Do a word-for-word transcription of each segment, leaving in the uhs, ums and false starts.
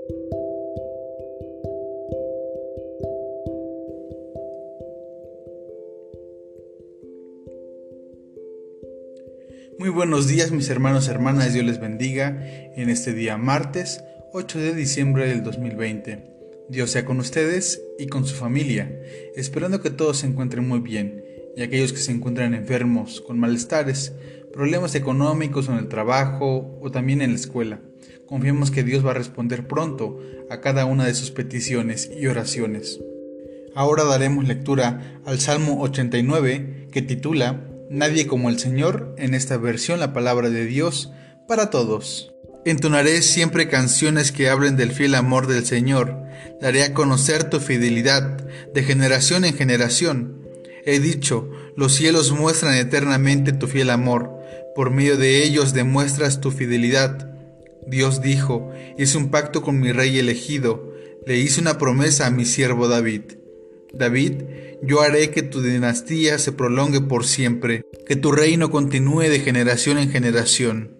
Muy buenos días mis hermanos y hermanas, Dios les bendiga en este día martes ocho de diciembre del dos mil veinte. Dios sea con ustedes y con su familia, esperando que todos se encuentren muy bien, y aquellos que se encuentran enfermos, con malestares, problemas económicos en el trabajo o también en la escuela. Confiemos que Dios va a responder pronto a cada una de sus peticiones y oraciones. Ahora daremos lectura al Salmo ochenta y nueve, que titula Nadie como el Señor, en esta versión la palabra de Dios para todos. Entonaré siempre canciones que hablen del fiel amor del Señor. Daré a conocer tu fidelidad de generación en generación. He dicho, los cielos muestran eternamente tu fiel amor. Por medio de ellos demuestras tu fidelidad. Dios dijo, hice un pacto con mi rey elegido. Le hice una promesa a mi siervo David. David, yo haré que tu dinastía se prolongue por siempre, que tu reino continúe de generación en generación.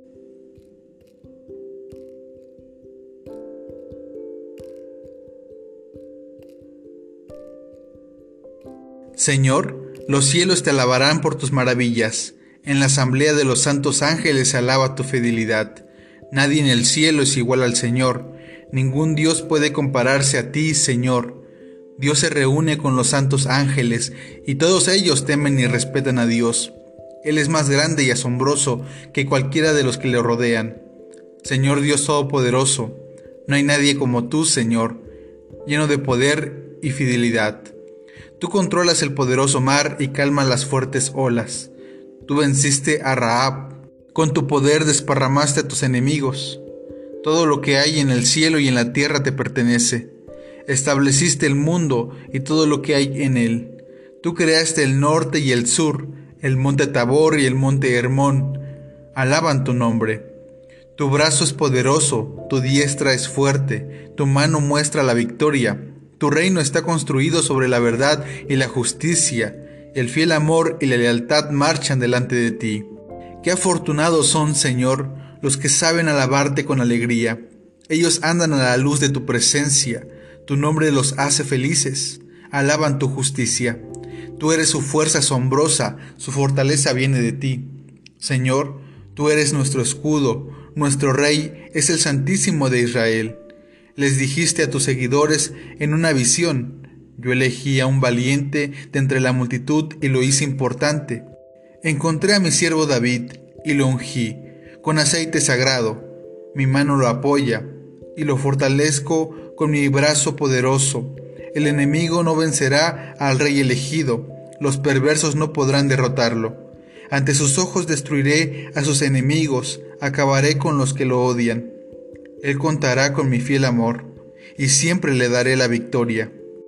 Señor, los cielos te alabarán por tus maravillas. En la asamblea de los santos ángeles se alaba tu fidelidad. Nadie en el cielo es igual al Señor. Ningún Dios puede compararse a ti, Señor. Dios se reúne con los santos ángeles, y todos ellos temen y respetan a Dios. Él es más grande y asombroso que cualquiera de los que le rodean. Señor Dios Todopoderoso, no hay nadie como tú, Señor, lleno de poder y fidelidad. Tú controlas el poderoso mar y calmas las fuertes olas. Tú venciste a Rahab. Con tu poder desparramaste a tus enemigos. Todo lo que hay en el cielo y en la tierra te pertenece. Estableciste el mundo y todo lo que hay en él. Tú creaste el norte y el sur, el monte Tabor y el monte Hermón. Alaban tu nombre. Tu brazo es poderoso, tu diestra es fuerte, tu mano muestra la victoria. Tu reino está construido sobre la verdad y la justicia. El fiel amor y la lealtad marchan delante de ti. Qué afortunados son, Señor, los que saben alabarte con alegría. Ellos andan a la luz de tu presencia. Tu nombre los hace felices, alaban tu justicia. Tú eres su fuerza asombrosa, su fortaleza viene de ti. Señor, tú eres nuestro escudo, nuestro Rey es el Santísimo de Israel. Les dijiste a tus seguidores en una visión, yo elegí a un valiente de entre la multitud y lo hice importante. Encontré a mi siervo David y lo ungí con aceite sagrado. Mi mano lo apoya y lo fortalezco con mi brazo poderoso. El enemigo no vencerá al rey elegido, los perversos no podrán derrotarlo. Ante sus ojos destruiré a sus enemigos, acabaré con los que lo odian. Él contará con mi fiel amor, y siempre le daré la victoria.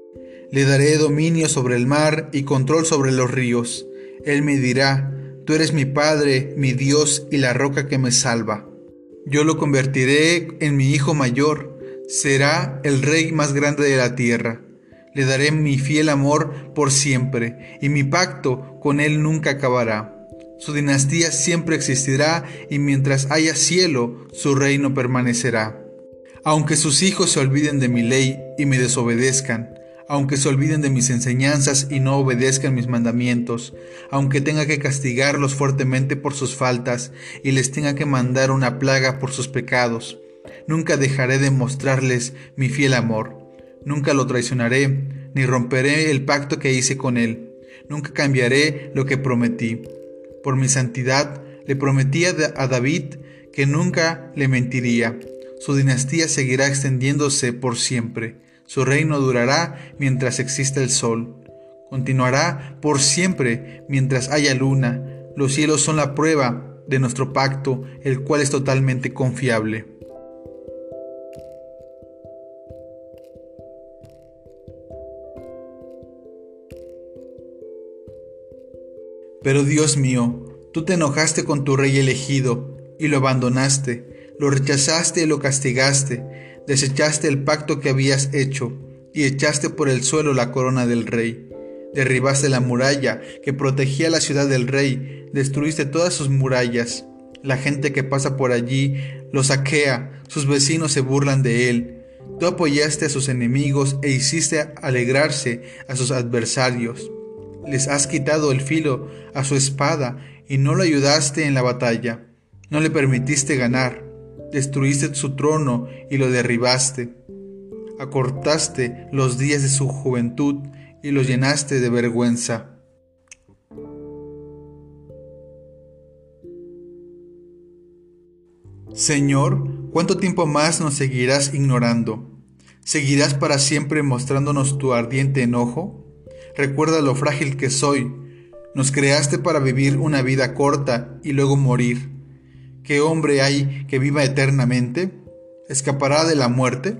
Le daré dominio sobre el mar y control sobre los ríos. Él me dirá, tú eres mi Padre, mi Dios y la roca que me salva. Yo lo convertiré en mi hijo mayor. Será el rey más grande de la tierra. Le daré mi fiel amor por siempre, y mi pacto con él nunca acabará. Su dinastía siempre existirá, y mientras haya cielo, su reino permanecerá. Aunque sus hijos se olviden de mi ley y me desobedezcan, aunque se olviden de mis enseñanzas y no obedezcan mis mandamientos, aunque tenga que castigarlos fuertemente por sus faltas y les tenga que mandar una plaga por sus pecados, nunca dejaré de mostrarles mi fiel amor. Nunca lo traicionaré, ni romperé el pacto que hice con él. Nunca cambiaré lo que prometí. Por mi santidad, le prometí a David que nunca le mentiría. Su dinastía seguirá extendiéndose por siempre. Su reino durará mientras exista el sol. Continuará por siempre mientras haya luna. Los cielos son la prueba de nuestro pacto, el cual es totalmente confiable. Pero Dios mío, tú te enojaste con tu rey elegido y lo abandonaste, lo rechazaste y lo castigaste, desechaste el pacto que habías hecho y echaste por el suelo la corona del rey. Derribaste la muralla que protegía la ciudad del rey, destruiste todas sus murallas. La gente que pasa por allí lo saquea, sus vecinos se burlan de él. Tú apoyaste a sus enemigos e hiciste alegrarse a sus adversarios. Les has quitado el filo a su espada y no lo ayudaste en la batalla. No le permitiste ganar. Destruiste su trono y lo derribaste. Acortaste los días de su juventud y los llenaste de vergüenza. Señor, ¿cuánto tiempo más nos seguirás ignorando? ¿Seguirás para siempre mostrándonos tu ardiente enojo? Recuerda lo frágil que soy. Nos creaste para vivir una vida corta y luego morir. ¿Qué hombre hay que viva eternamente? ¿Escapará de la muerte?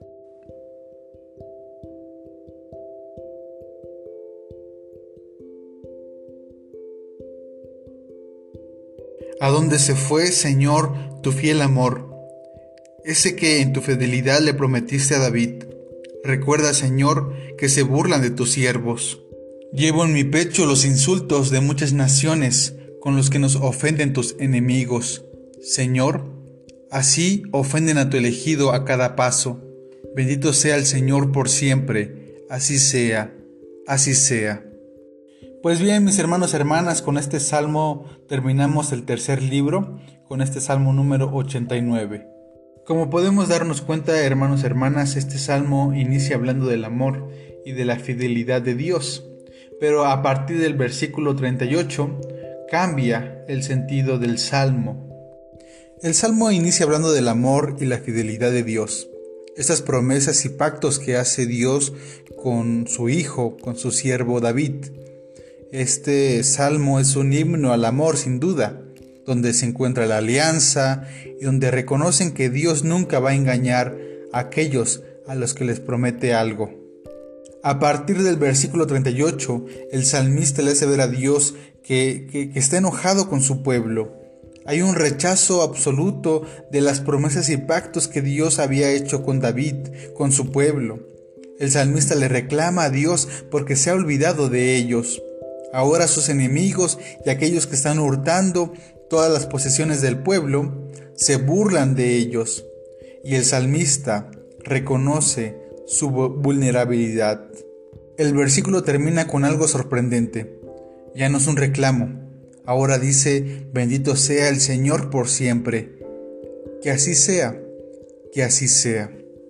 ¿A dónde se fue, Señor, tu fiel amor? Ese que en tu fidelidad le prometiste a David. Recuerda, Señor, que se burlan de tus siervos. Llevo en mi pecho los insultos de muchas naciones con los que nos ofenden tus enemigos. Señor, así ofenden a tu elegido a cada paso. Bendito sea el Señor por siempre. Así sea, así sea. Pues bien, mis hermanos y hermanas, con este salmo terminamos el tercer libro, con este salmo número ochenta y nueve. Como podemos darnos cuenta, hermanos y hermanas, este salmo inicia hablando del amor y de la fidelidad de Dios, pero a partir del versículo treinta y ocho cambia el sentido del salmo. El salmo inicia hablando del amor y la fidelidad de Dios, estas promesas y pactos que hace Dios con su Hijo, con su siervo David. Este salmo es un himno al amor, sin duda, donde se encuentra la alianza y donde reconocen que Dios nunca va a engañar a aquellos a los que les promete algo. A partir del versículo treinta y ocho, el salmista le hace ver a Dios que, que, que está enojado con su pueblo. Hay un rechazo absoluto de las promesas y pactos que Dios había hecho con David, con su pueblo. El salmista le reclama a Dios porque se ha olvidado de ellos. Ahora sus enemigos y aquellos que están hurtando todas las posesiones del pueblo se burlan de ellos, y el salmista reconoce su vulnerabilidad. El versículo termina con algo sorprendente. Ya no es un reclamo, ahora dice: bendito sea el Señor por siempre. Que así sea, que así sea.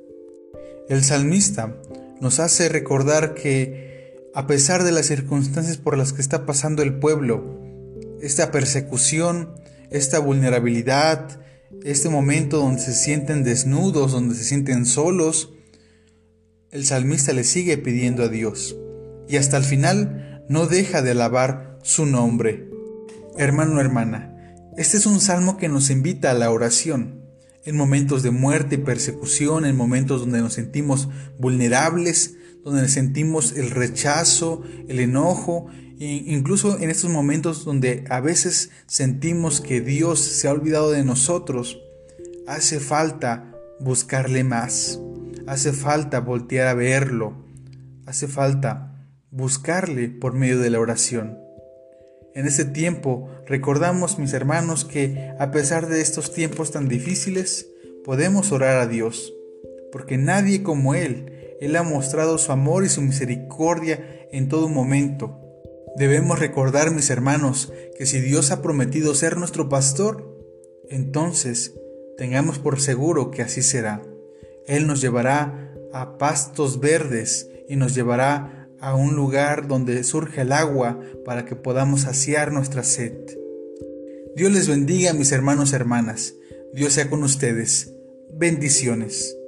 El salmista nos hace recordar que a pesar de las circunstancias por las que está pasando el pueblo, esta persecución, esta vulnerabilidad, este momento donde se sienten desnudos, donde se sienten solos, el salmista le sigue pidiendo a Dios y hasta el final no deja de alabar su nombre. Hermano, hermana, este es un salmo que nos invita a la oración. En momentos de muerte y persecución, en momentos donde nos sentimos vulnerables, donde sentimos el rechazo, el enojo, e incluso en estos momentos donde a veces sentimos que Dios se ha olvidado de nosotros, hace falta buscarle más, hace falta voltear a verlo, hace falta buscarle por medio de la oración. En este tiempo recordamos, mis hermanos, que a pesar de estos tiempos tan difíciles, podemos orar a Dios, porque nadie como Él, Él ha mostrado su amor y su misericordia en todo momento. Debemos recordar, mis hermanos, que si Dios ha prometido ser nuestro pastor, entonces tengamos por seguro que así será. Él nos llevará a pastos verdes y nos llevará a un lugar donde surge el agua para que podamos saciar nuestra sed. Dios les bendiga, mis hermanos y hermanas. Dios sea con ustedes. Bendiciones.